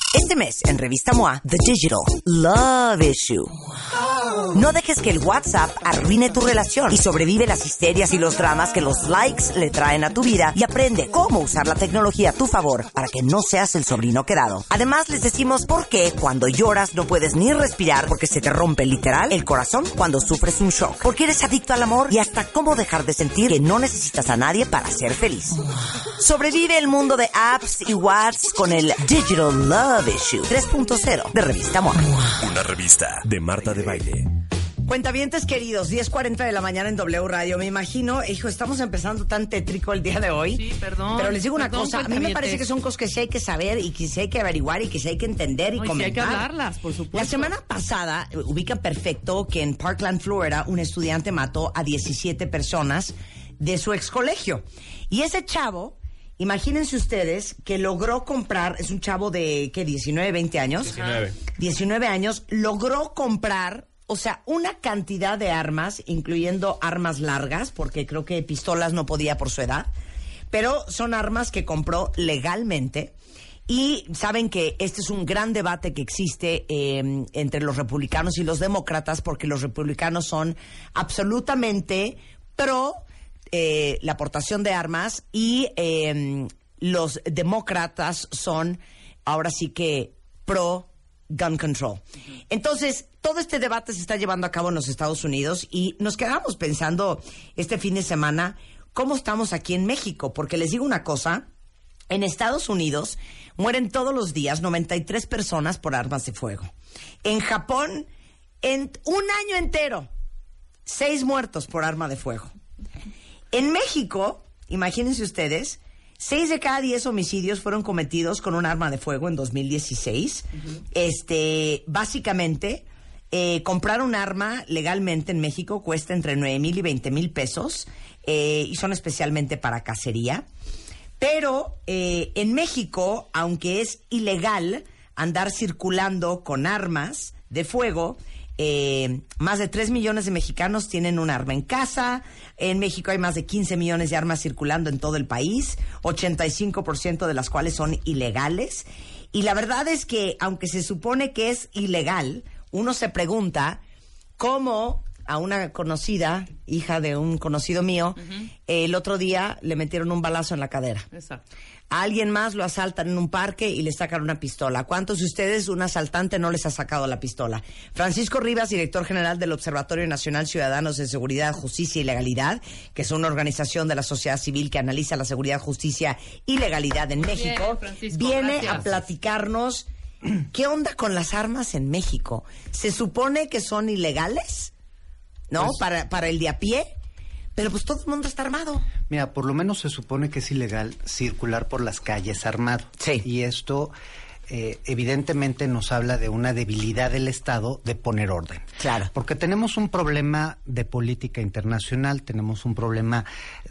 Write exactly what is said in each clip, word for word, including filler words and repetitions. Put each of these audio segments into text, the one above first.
Este mes, en Revista M O A, The Digital Love Issue. No dejes que el WhatsApp arruine tu relación y sobrevive las histerias y los dramas que los likes le traen a tu vida y aprende cómo usar la tecnología a tu favor para que no seas el sobrino quedado. Además, les decimos por qué cuando lloras no puedes ni respirar porque se te rompe literal el corazón cuando sufres un shock. Porque eres adicto al amor y hasta cómo dejar de sentir que no necesitas a nadie para ser feliz. Sobrevive el mundo de apps y WhatsApp con el Digital Love Issue tres punto cero de Revista M O A. Una revista de Marta de Baile. Cuentavientes queridos, diez cuarenta de la mañana en W Radio. Me imagino, hijo, estamos empezando tan tétrico el día de hoy. Sí, perdón. Pero les digo una perdón, cosa, a mí me parece que son cosas que sí hay que saber y que sí hay que averiguar y que sí hay que entender y no, y comentar. sí hay que hablarlas, por supuesto. La semana pasada, ubica perfecto que en Parkland, Florida, un estudiante mató a diecisiete personas de su ex colegio. Y ese chavo, imagínense ustedes que logró comprar, es un chavo de, ¿qué? diecinueve, veinte años. diecinueve. diecinueve años, logró comprar, o sea, una cantidad de armas, incluyendo armas largas, porque creo que pistolas no podía por su edad, pero son armas que compró legalmente. Y saben que este es un gran debate que existe eh, entre los republicanos y los demócratas, porque los republicanos son absolutamente pro eh, la aportación de armas y eh, los demócratas son ahora sí que pro gun control. Entonces, todo este debate se está llevando a cabo en los Estados Unidos y nos quedamos pensando este fin de semana cómo estamos aquí en México, porque les digo una cosa, en Estados Unidos mueren todos los días noventa y tres personas por armas de fuego. En Japón, en un año entero, seis muertos por arma de fuego. En México, imagínense ustedes, seis de cada diez homicidios fueron cometidos con un arma de fuego en dos mil dieciséis. Uh-huh. Este, básicamente, eh, comprar un arma legalmente en México cuesta entre nueve mil y veinte mil pesos eh, y son especialmente para cacería. Pero eh, en México, aunque es ilegal andar circulando con armas de fuego, Eh, más de tres millones de mexicanos tienen un arma en casa. En México hay más de quince millones de armas circulando en todo el país, ochenta y cinco por ciento de las cuales son ilegales. Y la verdad es que, aunque se supone que es ilegal, uno se pregunta cómo a una conocida, hija de un conocido mío, uh-huh. eh, el otro día le metieron un balazo en la cadera. Exacto. A alguien más lo asaltan en un parque y le sacan una pistola. ¿Cuántos de ustedes un asaltante no les ha sacado la pistola? Francisco Rivas, director general del Observatorio Nacional Ciudadanos de Seguridad, Justicia y Legalidad, que es una organización de la sociedad civil que analiza la seguridad, justicia y legalidad en México, Bien, viene gracias. a platicarnos qué onda con las armas en México. ¿Se supone que son ilegales? ¿No? Pues, para, para el de a pie. Pero pues todo el mundo está armado. Mira, por lo menos se supone que es ilegal circular por las calles armado. Sí. Y esto eh, evidentemente nos habla de una debilidad del Estado de poner orden. Claro. Porque tenemos un problema de política internacional, tenemos un problema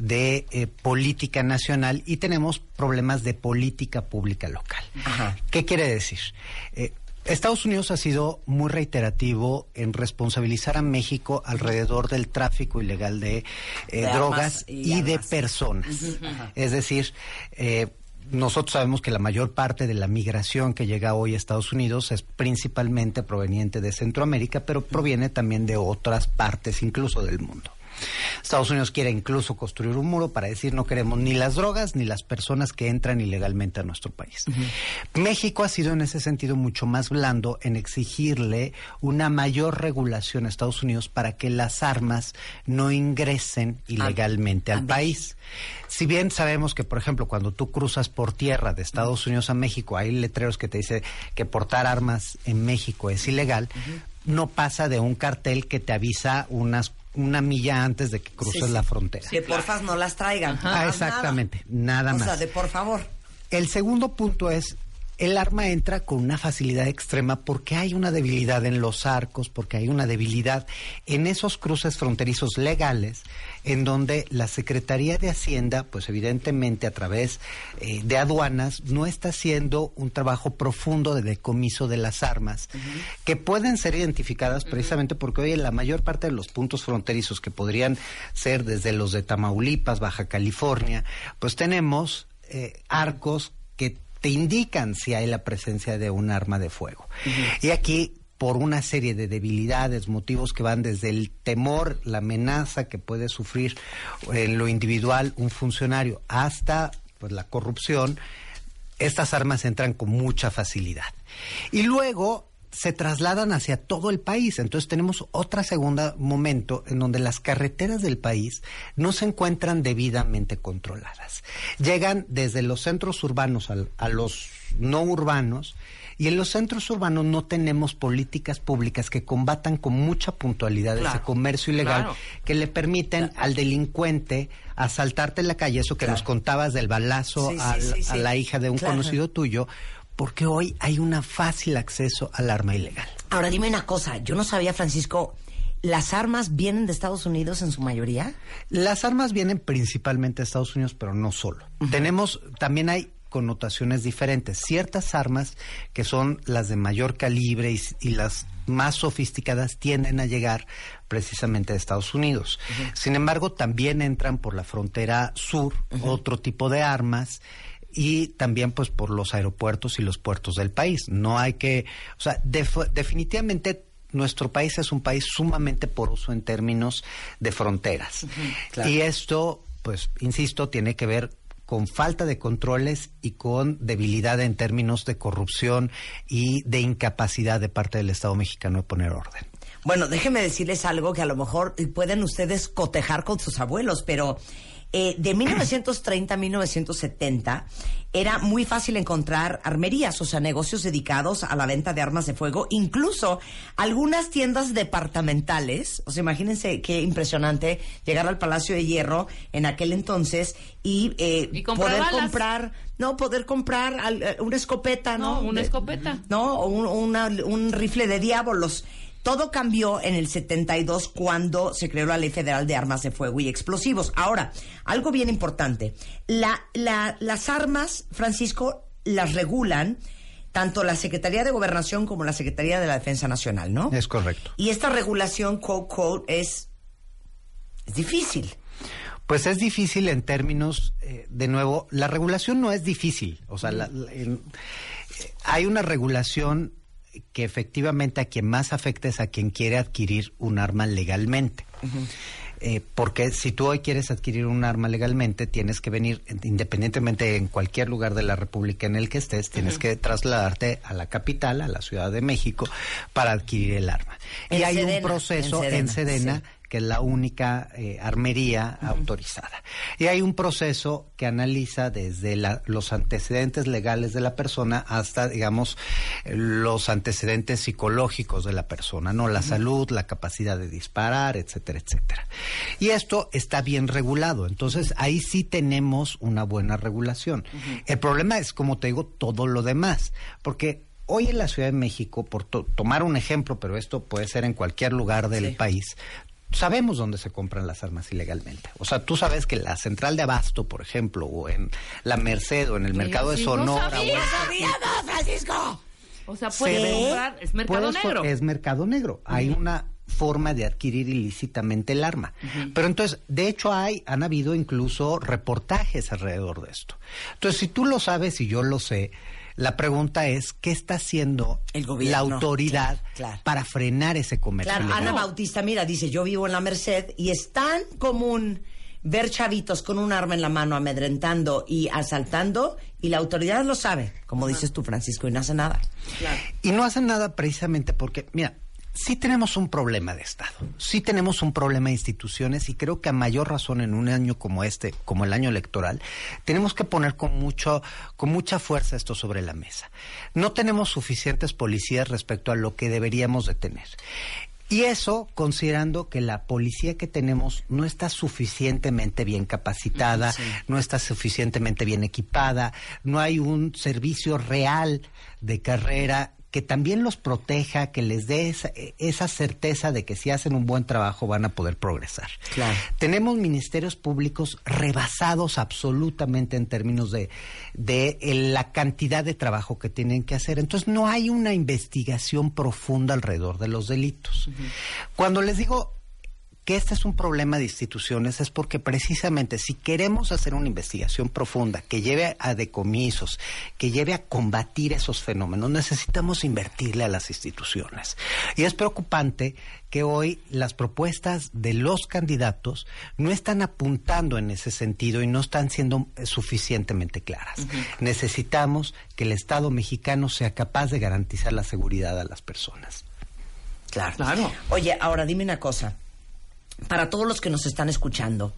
de eh, política nacional y tenemos problemas de política pública local. Ajá. ¿Qué quiere decir? Eh, Estados Unidos ha sido muy reiterativo en responsabilizar a México alrededor del tráfico ilegal de, eh, de drogas y, y de personas. Uh-huh. Es decir, eh, nosotros sabemos que la mayor parte de la migración que llega hoy a Estados Unidos es principalmente proveniente de Centroamérica, pero proviene también de otras partes, incluso del mundo. Estados Unidos quiere incluso construir un muro para decir no queremos ni las drogas ni las personas que entran ilegalmente a nuestro país. Uh-huh. México ha sido en ese sentido mucho más blando en exigirle una mayor regulación a Estados Unidos para que las armas no ingresen ilegalmente ah, al país. Si bien sabemos que, por ejemplo, cuando tú cruzas por tierra de Estados uh-huh. Unidos a México, hay letreros que te dicen que portar armas en México es ilegal, uh-huh. no pasa de un cartel que te avisa unas una milla antes de que cruces sí, sí. la frontera. Que porfas no las traigan. Ah, exactamente, nada, nada más. O sea, de por favor. El segundo punto es, el arma entra con una facilidad extrema porque hay una debilidad en los arcos, porque hay una debilidad en esos cruces fronterizos legales, en donde la Secretaría de Hacienda, pues evidentemente a través eh, de aduanas, no está haciendo un trabajo profundo de decomiso de las armas, uh-huh. que pueden ser identificadas uh-huh. precisamente porque hoy en la mayor parte de los puntos fronterizos, que podrían ser desde los de Tamaulipas, Baja California, pues tenemos eh, arcos que te indican si hay la presencia de un arma de fuego. Uh-huh. Y aquí, por una serie de debilidades, motivos que van desde el temor, la amenaza que puede sufrir en lo individual un funcionario, hasta pues la corrupción, estas armas entran con mucha facilidad. Y luego se trasladan hacia todo el país. Entonces tenemos otra segunda momento en donde las carreteras del país no se encuentran debidamente controladas. Llegan desde los centros urbanos a, a los no urbanos, y en los centros urbanos no tenemos políticas públicas que combatan con mucha puntualidad claro, ese comercio ilegal, claro, que le permiten claro, al delincuente asaltarte en la calle, eso que claro, nos contabas del balazo sí, a, sí, sí, a sí. la hija de un claro, conocido tuyo, porque hoy hay un fácil acceso al arma ilegal. Ahora dime una cosa, yo no sabía, Francisco, ¿las armas vienen de Estados Unidos en su mayoría? Las armas vienen principalmente de Estados Unidos, pero no solo. Uh-huh. Tenemos, también hay connotaciones diferentes. Ciertas armas que son las de mayor calibre y, y las más sofisticadas tienden a llegar precisamente de Estados Unidos. Uh-huh. Sin embargo, también entran por la frontera sur uh-huh, otro tipo de armas, y también pues por los aeropuertos y los puertos del país. No hay que, o sea, def- definitivamente nuestro país es un país sumamente poroso en términos de fronteras. Uh-huh, claro. Y esto, pues, insisto, tiene que ver con falta de controles y con debilidad en términos de corrupción y de incapacidad de parte del Estado mexicano de poner orden. Bueno, déjenme decirles algo que a lo mejor pueden ustedes cotejar con sus abuelos, pero eh, de mil novecientos treinta a mil novecientos setenta era muy fácil encontrar armerías, o sea, negocios dedicados a la venta de armas de fuego, incluso algunas tiendas departamentales. O sea, imagínense qué impresionante llegar al Palacio de Hierro en aquel entonces y, eh, ¿Y poder balas? comprar, no, poder comprar al, una escopeta, ¿no? No, una de, escopeta. No, o un, una, un rifle de diablos. Todo cambió en el setenta y dos cuando se creó la Ley Federal de Armas de Fuego y Explosivos. Ahora, algo bien importante. La, la, las armas, Francisco, las regulan tanto la Secretaría de Gobernación como la Secretaría de la Defensa Nacional, ¿no? Es correcto. Y esta regulación, quote, quote, es, es difícil. Pues es difícil en términos, eh, de nuevo, la regulación no es difícil. O sea, la, la, en, eh, hay una regulación que efectivamente a quien más afecta es a quien quiere adquirir un arma legalmente. Uh-huh. Eh, porque si tú hoy quieres adquirir un arma legalmente, tienes que venir, independientemente en cualquier lugar de la República en el que estés, tienes uh-huh, que trasladarte a la capital, a la Ciudad de México, para adquirir el arma. En y hay Sedena, un proceso en Sedena, en Sedena sí, que es la única eh, armería uh-huh, autorizada. Y hay un proceso que analiza desde la, los antecedentes legales de la persona hasta, digamos, los antecedentes psicológicos de la persona, ¿no? La uh-huh, salud, la capacidad de disparar, etcétera, etcétera. Y esto está bien regulado. Entonces, ahí sí tenemos una buena regulación. Uh-huh. El problema es, como te digo, todo lo demás. Porque hoy en la Ciudad de México, por to- tomar un ejemplo, pero esto puede ser en cualquier lugar del sí, país, sabemos dónde se compran las armas ilegalmente. O sea, tú sabes que la central de Abasto, por ejemplo, o en la Merced, o en el Oye, mercado sí, de Sonora. No sabía, o... sabíamos, Francisco. O sea, puede comprar, es mercado puedes, negro. Es mercado negro. Uh-huh. Hay una forma de adquirir ilícitamente el arma. Uh-huh. Pero entonces, de hecho, hay, han habido incluso reportajes alrededor de esto. Entonces, si tú lo sabes y yo lo sé, la pregunta es, ¿qué está haciendo el gobierno, la autoridad claro, claro, para frenar ese comercio? Claro, legal? Ana Bautista, mira, dice, yo vivo en la Merced y es tan común ver chavitos con un arma en la mano amedrentando y asaltando, y la autoridad lo sabe, como uh-huh, dices tú, Francisco, y no hace nada. Claro. Y no hace nada precisamente porque, mira, sí tenemos un problema de Estado, sí tenemos un problema de instituciones, y creo que a mayor razón en un año como este, como el año electoral, tenemos que poner con mucho, con mucha fuerza esto sobre la mesa. No tenemos suficientes policías respecto a lo que deberíamos de tener. Y eso considerando que la policía que tenemos no está suficientemente bien capacitada, sí, no está suficientemente bien equipada, no hay un servicio real de carrera que también los proteja, que les dé esa, esa certeza de que si hacen un buen trabajo van a poder progresar. Claro. Tenemos ministerios públicos rebasados absolutamente en términos de, de la cantidad de trabajo que tienen que hacer. Entonces no hay una investigación profunda alrededor de los delitos. Uh-huh. Cuando les digo que este es un problema de instituciones es porque precisamente si queremos hacer una investigación profunda que lleve a decomisos, que lleve a combatir esos fenómenos, necesitamos invertirle a las instituciones. Y es preocupante que hoy las propuestas de los candidatos no están apuntando en ese sentido y no están siendo suficientemente claras. Uh-huh. Necesitamos que el Estado mexicano sea capaz de garantizar la seguridad a las personas. Claro. Claro. Oye, ahora dime una cosa. Para todos los que nos están escuchando,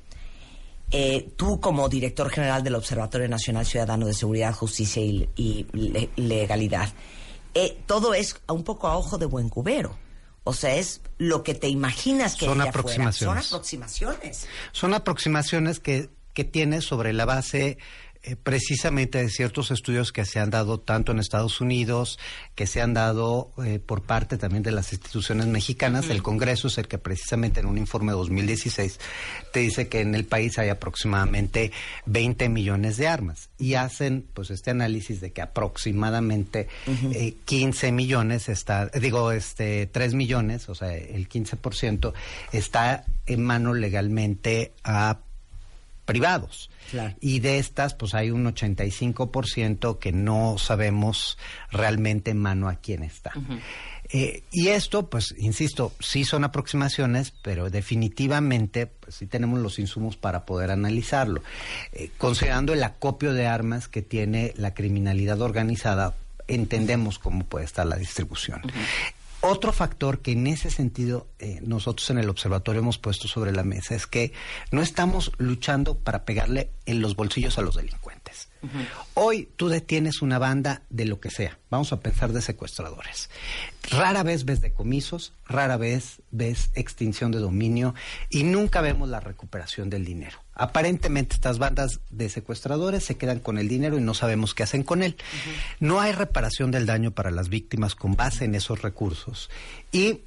eh, tú como director general del Observatorio Nacional Ciudadano de Seguridad, Justicia y, y le, Legalidad, eh, todo es un poco a ojo de buen cubero. O sea, es lo que te imaginas que son es aproximaciones. Son aproximaciones. Son aproximaciones que, que tienes sobre la base eh, precisamente de ciertos estudios que se han dado tanto en Estados Unidos, que se han dado eh, por parte también de las instituciones mexicanas. Uh-huh. El Congreso es el que precisamente en un informe de dos mil dieciséis te dice que en el país hay aproximadamente veinte millones de armas y hacen pues este análisis de que aproximadamente uh-huh. eh, quince millones está, digo este tres millones, o sea el quince por ciento está en mano legalmente a privados. Claro. Y de estas, pues hay un ochenta y cinco por ciento que no sabemos realmente en mano a quién está. Uh-huh. Eh, y esto, pues, insisto, sí son aproximaciones, pero definitivamente, pues sí tenemos los insumos para poder analizarlo. Eh, considerando el acopio de armas que tiene la criminalidad organizada, entendemos cómo puede estar la distribución. Uh-huh. Otro factor que en ese sentido eh, nosotros en el observatorio hemos puesto sobre la mesa es que no estamos luchando para pegarle en los bolsillos a los delincuentes. Uh-huh. Hoy tú detienes una banda de lo que sea, vamos a pensar de secuestradores. Rara vez ves decomisos, rara vez ves extinción de dominio y nunca vemos la recuperación del dinero. Aparentemente estas bandas de secuestradores se quedan con el dinero y no sabemos qué hacen con él. Uh-huh. No hay reparación del daño para las víctimas con base en esos recursos. Y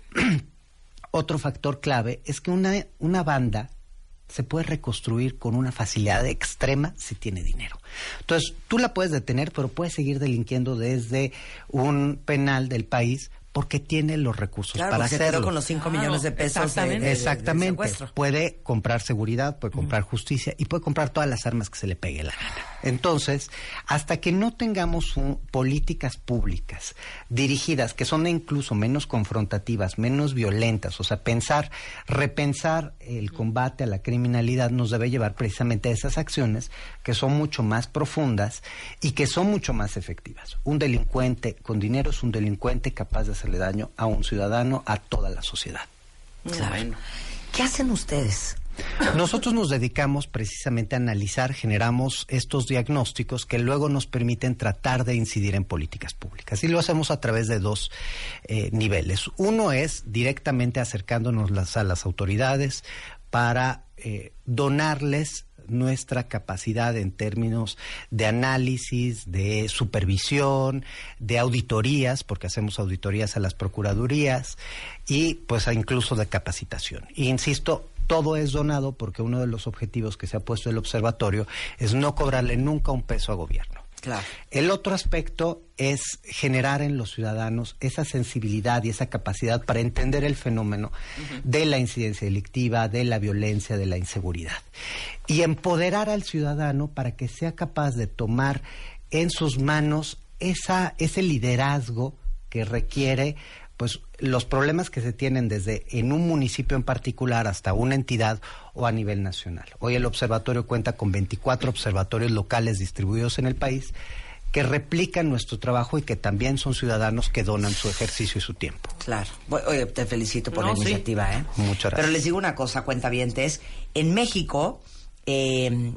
otro factor clave es que una, una banda se puede reconstruir con una facilidad extrema si tiene dinero. Entonces, tú la puedes detener, pero puedes seguir delinquiendo desde un penal del país porque tiene los recursos claro, para hacerlo. Claro, con los cinco millones de pesos. Exactamente. De, de, exactamente. De puede comprar seguridad, puede comprar uh-huh. justicia y puede comprar todas las armas que se le pegue la gana. Entonces, hasta que no tengamos un, políticas públicas dirigidas, que son incluso menos confrontativas, menos violentas, o sea, pensar, repensar el combate a la criminalidad nos debe llevar precisamente a esas acciones que son mucho más profundas y que son mucho más efectivas. Un delincuente con dinero es un delincuente capaz de hacerle daño a un ciudadano, a toda la sociedad. Claro. ¿Qué hacen ustedes? Nosotros nos dedicamos precisamente a analizar, generamos estos diagnósticos que luego nos permiten tratar de incidir en políticas públicas. Y lo hacemos a través de dos eh, niveles. Uno es directamente acercándonos las, a las autoridades para eh, donarles nuestra capacidad en términos de análisis, de supervisión, de auditorías, porque hacemos auditorías a las procuradurías y pues incluso de capacitación. Y insisto, todo es donado porque uno de los objetivos que se ha puesto el observatorio es no cobrarle nunca un peso a gobierno. Claro. El otro aspecto es generar en los ciudadanos esa sensibilidad y esa capacidad para entender el fenómeno uh-huh. de la incidencia delictiva, de la violencia, de la inseguridad. Y empoderar al ciudadano para que sea capaz de tomar en sus manos esa, ese liderazgo que requiere pues los problemas que se tienen desde en un municipio en particular hasta una entidad o a nivel nacional. Hoy el observatorio cuenta con veinticuatro observatorios locales distribuidos en el país que replican nuestro trabajo y que también son ciudadanos que donan su ejercicio y su tiempo. Claro. Oye, te felicito por no, la sí. iniciativa, ¿eh? Muchas gracias. Pero les digo una cosa, cuentavientes. En México eh,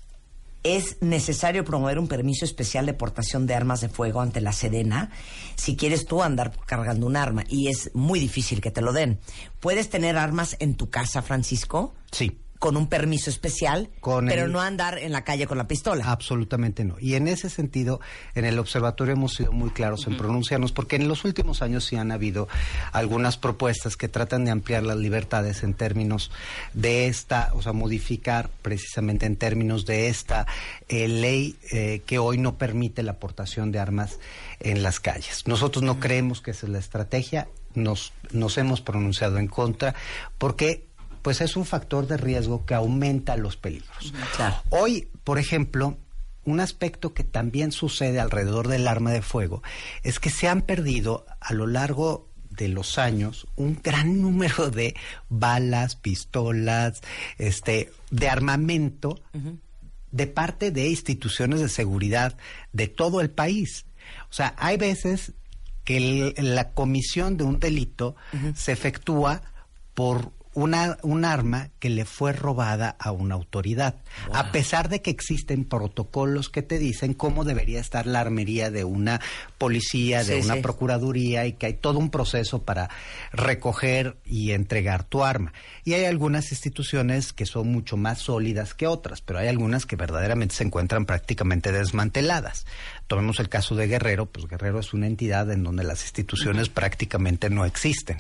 es necesario promover un permiso especial de portación de armas de fuego ante la Sedena si quieres tú andar cargando un arma. Y es muy difícil que te lo den. ¿Puedes tener armas en tu casa, Francisco? Sí. Con un permiso especial, con pero el... no andar en la calle con la pistola. Absolutamente no. Y en ese sentido, en el observatorio hemos sido muy claros uh-huh. en pronunciarnos, porque en los últimos años sí han habido algunas propuestas que tratan de ampliar las libertades en términos de esta, o sea, modificar precisamente en términos de esta eh, ley eh, que hoy no permite la aportación de armas en las calles. Nosotros no uh-huh. creemos que esa es la estrategia, nos, nos hemos pronunciado en contra, porque pues es un factor de riesgo que aumenta los peligros. Claro. Hoy, por ejemplo, un aspecto que también sucede alrededor del arma de fuego es que se han perdido a lo largo de los años un gran número de balas, pistolas, este, de armamento uh-huh. de parte de instituciones de seguridad de todo el país. O sea, hay veces que el, la comisión de un delito uh-huh. se efectúa por Una, un arma que le fue robada a una autoridad, wow. a pesar de que existen protocolos que te dicen cómo debería estar la armería de una policía, de sí, una sí. procuraduría, y que hay todo un proceso para recoger y entregar tu arma. Y hay algunas instituciones que son mucho más sólidas que otras, pero hay algunas que verdaderamente se encuentran prácticamente desmanteladas. Tomemos el caso de Guerrero, pues Guerrero es una entidad en donde las instituciones uh-huh. prácticamente no existen.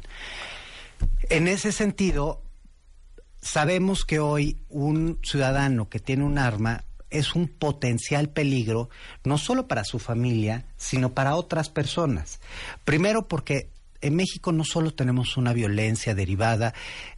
En ese sentido, sabemos que hoy un ciudadano que tiene un arma es un potencial peligro, no solo para su familia, sino para otras personas. Primero porque en México no solo tenemos una violencia derivada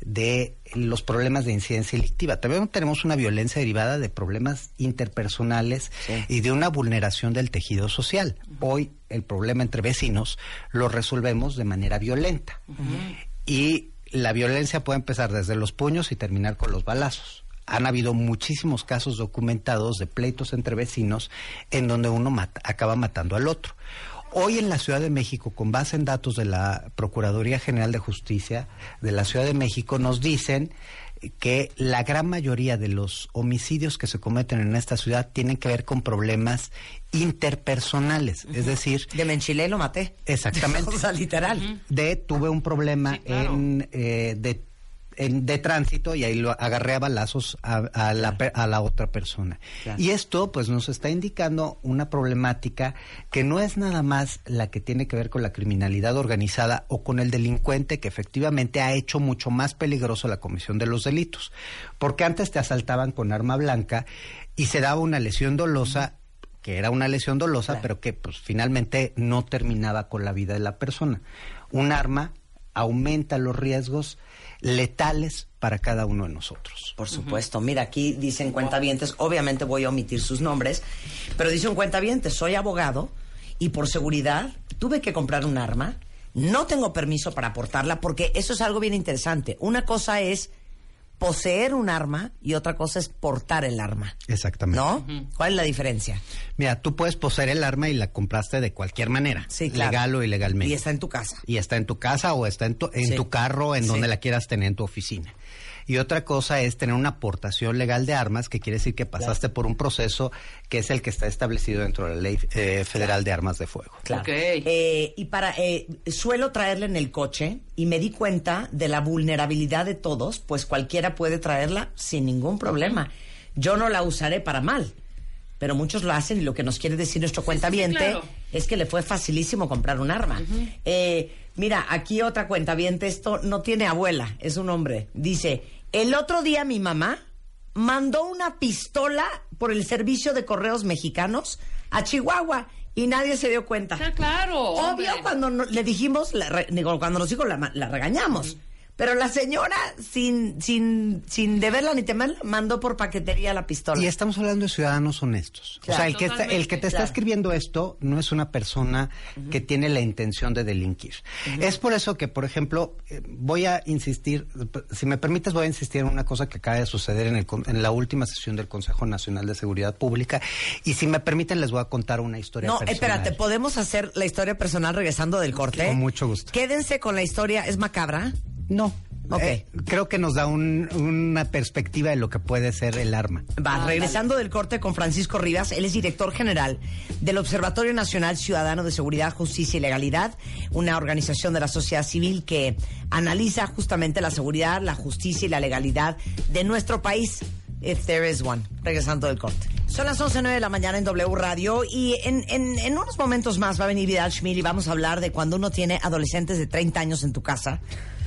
de los problemas de incidencia delictiva, también tenemos una violencia derivada de problemas interpersonales sí. y de una vulneración del tejido social. Hoy el problema entre vecinos lo resolvemos de manera violenta. Uh-huh. Y la violencia puede empezar desde los puños y terminar con los balazos. Han habido muchísimos casos documentados de pleitos entre vecinos en donde uno mata, acaba matando al otro. Hoy en la Ciudad de México, con base en datos de la Procuraduría General de Justicia de la Ciudad de México, nos dicen que la gran mayoría de los homicidios que se cometen en esta ciudad tienen que ver con problemas interpersonales, uh-huh. es decir... De me enchilé y lo maté. Exactamente. O sea, literal. Uh-huh. De tuve un problema sí, claro. en, eh, de, en, de tránsito y ahí lo agarré a balazos a, a, la, a la otra persona. Claro. Y esto pues nos está indicando una problemática que no es nada más la que tiene que ver con la criminalidad organizada o con el delincuente, que efectivamente ha hecho mucho más peligroso la comisión de los delitos. Porque antes te asaltaban con arma blanca y se daba una lesión dolosa, que era una lesión dolosa, claro. pero que pues finalmente no terminaba con la vida de la persona. Un arma aumenta los riesgos letales para cada uno de nosotros. Por supuesto. Uh-huh. Mira, aquí dicen cuentavientes, obviamente voy a omitir sus nombres, pero dice un cuentaviente, soy abogado y por seguridad tuve que comprar un arma, no tengo permiso para portarla, porque eso es algo bien interesante. Una cosa es poseer un arma y otra cosa es portar el arma. Exactamente. ¿No? Uh-huh. ¿Cuál es la diferencia? Mira, tú puedes poseer el arma y la compraste de cualquier manera, sí, claro. legal o ilegalmente. Y está en tu casa. Y está en tu casa o está en tu, en sí. tu carro, en sí. donde la quieras tener en tu oficina. Y otra cosa es tener una aportación legal de armas, que quiere decir que pasaste claro. por un proceso que es el que está establecido dentro de la Ley eh, Federal claro. de Armas de Fuego. Claro. Okay. Eh, y para eh, suelo traerla en el coche y me di cuenta de la vulnerabilidad de todos, pues cualquiera puede traerla sin ningún problema. Yo no la usaré para mal, pero muchos lo hacen y lo que nos quiere decir nuestro sí, cuentaviente sí, claro. es que le fue facilísimo comprar un arma. Uh-huh. Eh, mira, aquí otra cuentaviente, esto no tiene abuela, es un hombre. Dice, el otro día mi mamá mandó una pistola por el servicio de correos mexicanos a Chihuahua y nadie se dio cuenta. Ah, claro. Obvio, hombre. Cuando no, le dijimos, la re, digo, cuando nos dijo, la, la regañamos. Uh-huh. Pero la señora, sin sin sin deberla ni temerla, mandó por paquetería la pistola. Y estamos hablando de ciudadanos honestos. Claro. O sea, el que, está, el que te está claro. escribiendo esto no es una persona uh-huh. que tiene la intención de delinquir. Uh-huh. Es por eso que, por ejemplo, eh, voy a insistir, si me permites, voy a insistir en una cosa que acaba de suceder en, el, en la última sesión del Consejo Nacional de Seguridad Pública. Y si me permiten, les voy a contar una historia no, personal. No, espérate, ¿podemos hacer la historia personal regresando del corte? Con mucho gusto. Quédense con la historia, ¿es macabra? No. Okay. Eh, creo que nos da un, una perspectiva de lo que puede ser el arma. Va, ah, regresando dale. del corte con Francisco Rivas, él es director general del Observatorio Nacional Ciudadano de Seguridad, Justicia y Legalidad, una organización de la sociedad civil que analiza justamente la seguridad, la justicia y la legalidad de nuestro país. If there is one. Regresando del corte. Son las once nueve de la mañana en W Radio y en, en, en unos momentos más va a venir Vidal Schmil y vamos a hablar de cuando uno tiene adolescentes de treinta años en tu casa.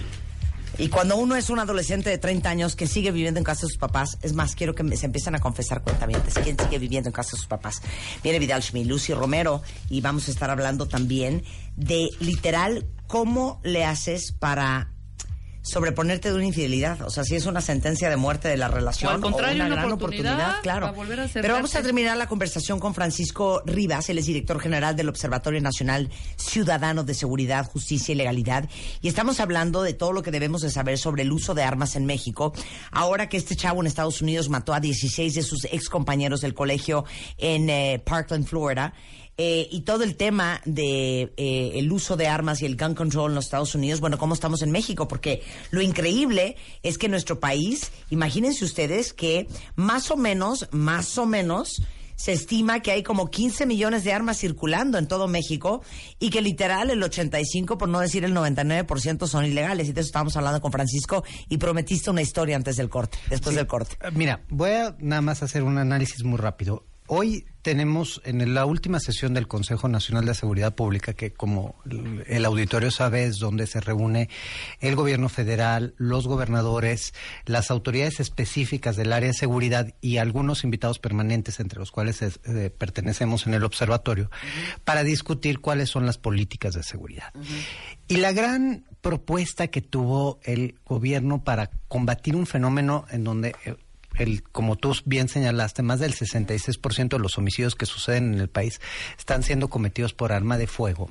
Y cuando uno es un adolescente de treinta años que sigue viviendo en casa de sus papás, es más, quiero que me, se empiecen a confesar cuentamientos. ¿Quién sigue viviendo en casa de sus papás? Viene Vidal Schmil, Lucy Romero, y vamos a estar hablando también de, literal, cómo le haces para sobreponerte de una infidelidad. O sea, si es una sentencia de muerte de la relación, o al contrario, o una, una gran oportunidad, oportunidad, claro. para volver a Pero vamos a terminar la conversación con Francisco Rivas, él es director general del Observatorio Nacional Ciudadano de Seguridad, Justicia y Legalidad, y estamos hablando de todo lo que debemos de saber sobre el uso de armas en México, ahora que este chavo en Estados Unidos mató a dieciséis de sus ex compañeros del colegio en eh, Parkland, Florida. Eh, y todo el tema de eh, el uso de armas y el gun control en los Estados Unidos, bueno, ¿cómo estamos en México? Porque lo increíble es que nuestro país, imagínense ustedes que más o menos, más o menos, se estima que hay como quince millones de armas circulando en todo México y que literal el ochenta y cinco, por no decir el noventa y nueve por ciento son ilegales. Y de eso estábamos hablando con Francisco y prometiste una historia antes del corte, después sí. del corte. Mira, voy a nada más hacer un análisis muy rápido. Hoy tenemos en la última sesión del Consejo Nacional de Seguridad Pública, que como el auditorio sabe es donde se reúne el gobierno federal, los gobernadores, las autoridades específicas del área de seguridad y algunos invitados permanentes, entre los cuales es, eh, pertenecemos en el observatorio, uh-huh. para discutir cuáles son las políticas de seguridad. Uh-huh. Y la gran propuesta que tuvo el gobierno para combatir un fenómeno en donde... Eh, El, como tú bien señalaste, más del sesenta y seis por ciento de los homicidios que suceden en el país están siendo cometidos por arma de fuego,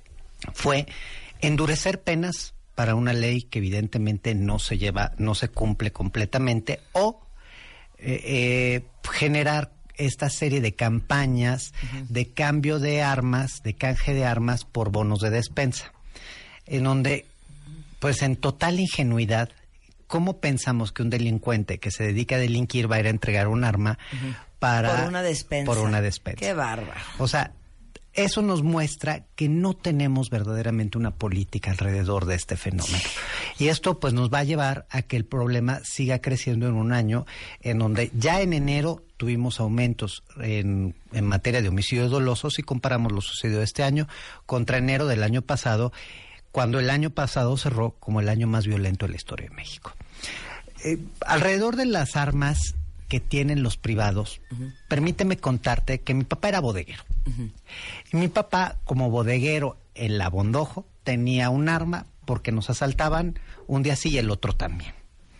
fue endurecer penas para una ley que evidentemente no se lleva, no se cumple completamente, o eh, eh, generar esta serie de campañas uh-huh. de cambio de armas, de canje de armas por bonos de despensa, en donde, pues en total ingenuidad, ¿cómo pensamos que un delincuente que se dedica a delinquir va a ir a entregar un arma uh-huh. para... Por una despensa. Por una despensa. ¡Qué bárbaro! O sea, eso nos muestra que no tenemos verdaderamente una política alrededor de este fenómeno. Y esto pues nos va a llevar a que el problema siga creciendo en un año en donde ya en enero tuvimos aumentos en, en materia de homicidios dolosos si comparamos lo sucedido este año contra enero del año pasado, cuando el año pasado cerró como el año más violento de la historia de México. Eh, alrededor de las armas que tienen los privados, uh-huh. permíteme contarte que mi papá era bodeguero. Uh-huh. Y mi papá, como bodeguero en la Bondojo, tenía un arma porque nos asaltaban un día sí y el otro también.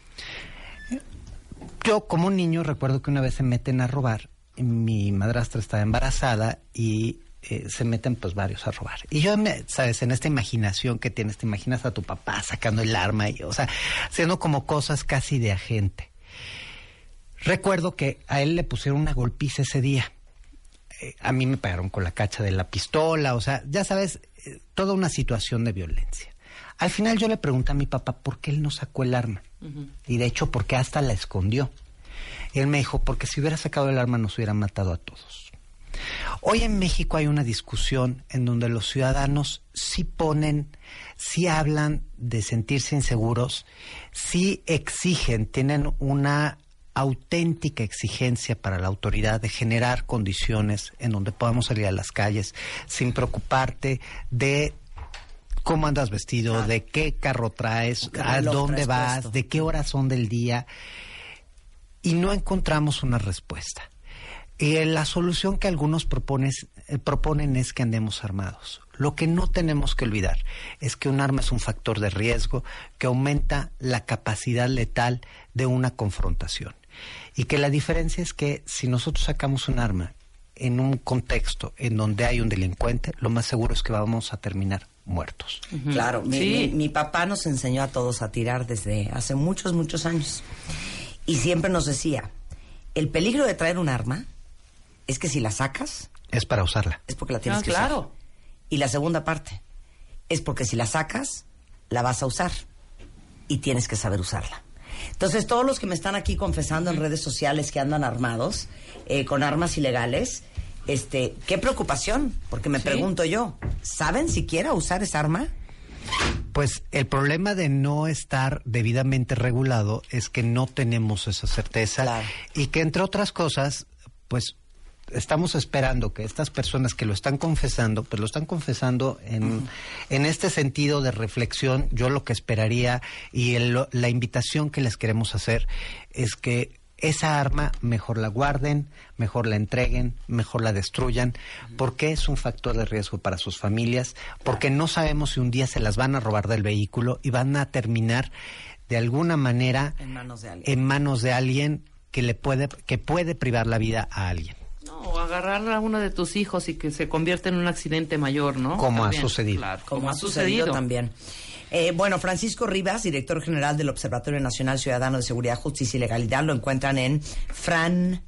Yo, como niño, recuerdo que una vez se meten a robar, mi madrastra estaba embarazada y... Eh, se meten pues varios a robar. Y yo, me, sabes, en esta imaginación que tienes, te imaginas a tu papá sacando el arma, y, o sea, haciendo como cosas casi de agente. Recuerdo que a él le pusieron una golpiza ese día. Eh, a mí me pegaron con la cacha de la pistola, o sea, ya sabes, eh, toda una situación de violencia. Al final yo le pregunté a mi papá por qué él no sacó el arma. Uh-huh. Y de hecho, por qué hasta la escondió. Y él me dijo, porque si hubiera sacado el arma nos hubiera matado a todos. Hoy en México hay una discusión en donde los ciudadanos sí ponen, sí hablan de sentirse inseguros, sí exigen, tienen una auténtica exigencia para la autoridad de generar condiciones en donde podamos salir a las calles sin preocuparte de cómo andas vestido, de qué carro traes, a dónde vas, de qué horas son del día, y no encontramos una respuesta. Y la solución que algunos propones, eh, proponen es que andemos armados. Lo que no tenemos que olvidar es que un arma es un factor de riesgo que aumenta la capacidad letal de una confrontación. Y que la diferencia es que si nosotros sacamos un arma en un contexto en donde hay un delincuente, lo más seguro es que vamos a terminar muertos. Uh-huh. Claro, mi, sí. mi, mi papá nos enseñó a todos a tirar desde hace muchos, muchos años. Y siempre nos decía, el peligro de traer un arma es que si la sacas... Es para usarla. Es porque la tienes no, que claro. usar. Y la segunda parte es porque si la sacas, la vas a usar. Y tienes que saber usarla. Entonces, todos los que me están aquí confesando en redes sociales que andan armados, eh, con armas ilegales, este, qué preocupación. Porque me ¿Sí? pregunto yo, ¿saben siquiera usar esa arma? Pues el problema de no estar debidamente regulado es que no tenemos esa certeza. Claro. Y que, entre otras cosas, pues... estamos esperando que estas personas que lo están confesando, pues lo están confesando en, uh-huh. en este sentido de reflexión. Yo lo que esperaría y el, la invitación que les queremos hacer es que esa arma mejor la guarden, mejor la entreguen, mejor la destruyan, porque es un factor de riesgo para sus familias, porque no sabemos si un día se las van a robar del vehículo y van a terminar de alguna manera en manos de alguien, en manos de alguien que le puede que puede privar la vida a alguien. No, o agarrar a uno de tus hijos y que se convierta en un accidente mayor, ¿no? Como También, ha sucedido. Claro, como, como ha ha sucedido, sucedido también. Eh, bueno, Francisco Rivas, director general del Observatorio Nacional Ciudadano de Seguridad, Justicia y Legalidad, lo encuentran en Fran,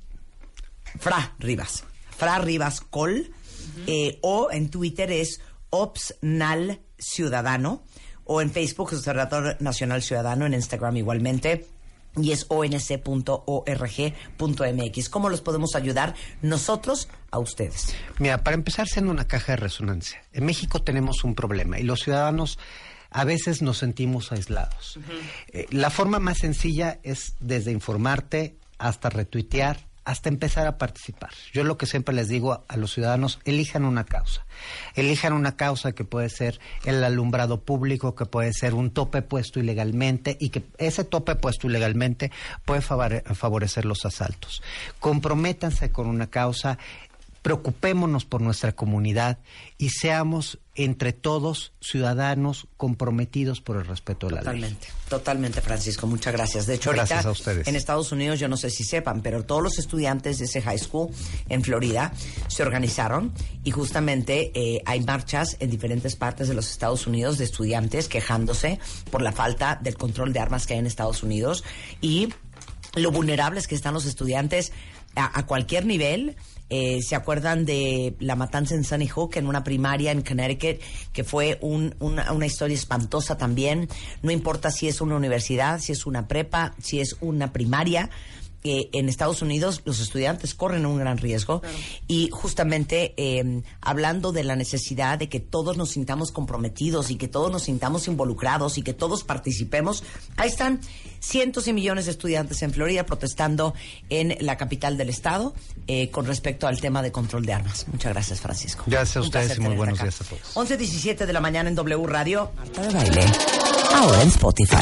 Fra Rivas, Fra Rivas Col, uh-huh. eh, o en Twitter es Obsnal Ciudadano, o en Facebook Observatorio Nacional Ciudadano, en Instagram igualmente. Y es o n c punto org punto m x. ¿Cómo los podemos ayudar nosotros a ustedes? Mira, para empezar, siendo una caja de resonancia. En México tenemos un problema y los ciudadanos a veces nos sentimos aislados. Uh-huh. Eh, la forma más sencilla es desde informarte hasta retuitear, hasta empezar a participar. Yo lo que siempre les digo a, a los ciudadanos, elijan una causa. Elijan una causa que puede ser el alumbrado público, que puede ser un tope puesto ilegalmente y que ese tope puesto ilegalmente puede favore- favorecer los asaltos. Comprométanse con una causa, preocupémonos por nuestra comunidad y seamos entre todos ciudadanos comprometidos por el respeto de la Totalmente, ley. totalmente, Francisco. Muchas gracias. De hecho, gracias ahorita a ustedes. En Estados Unidos, yo no sé si sepan, pero todos los estudiantes de ese high school en Florida se organizaron y justamente eh, hay marchas en diferentes partes de los Estados Unidos de estudiantes quejándose por la falta del control de armas que hay en Estados Unidos y lo vulnerables que están los estudiantes a, a cualquier nivel. Eh, ¿Se acuerdan de la matanza en Sunny Hook, en una primaria en Connecticut, que fue un, una, una historia espantosa también? No importa si es una universidad, si es una prepa, si es una primaria. Eh, en Estados Unidos los estudiantes corren un gran riesgo. Claro. Y justamente eh, hablando de la necesidad de que todos nos sintamos comprometidos y que todos nos sintamos involucrados y que todos participemos, ahí están cientos y millones de estudiantes en Florida protestando en la capital del estado eh, con respecto al tema de control de armas. Muchas gracias, Francisco. Gracias a ustedes y muy buenos acá. días a todos. once diecisiete de la mañana en W Radio. Marta de Baile, ahora en Spotify.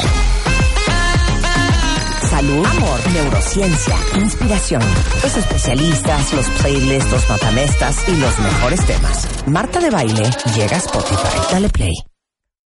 Salud, amor, neurociencia, inspiración, los especialistas, los playlists, los matamestas y los mejores temas. Marta de Baile llega a Spotify. Dale play.